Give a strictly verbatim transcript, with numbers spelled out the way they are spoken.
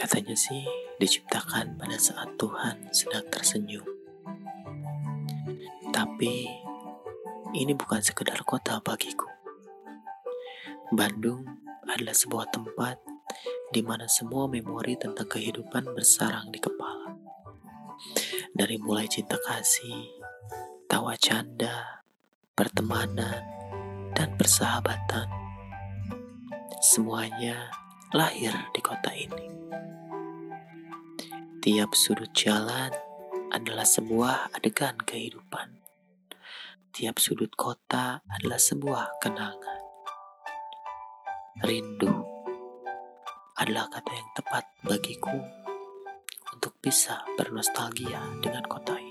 Katanya sih diciptakan pada saat Tuhan sedang tersenyum. Tapi ini bukan sekedar kota bagiku. Bandung adalah sebuah tempat di mana semua memori tentang kehidupan bersarang di kepala. Dari mulai cinta kasih, tawa canda, pertemanan, dan persahabatan. Semuanya lahir di kota ini. Tiap sudut jalan adalah sebuah adegan kehidupan. Tiap sudut kota adalah sebuah kenangan. Rindu adalah kata yang tepat bagiku untuk bisa bernostalgia dengan kota ini.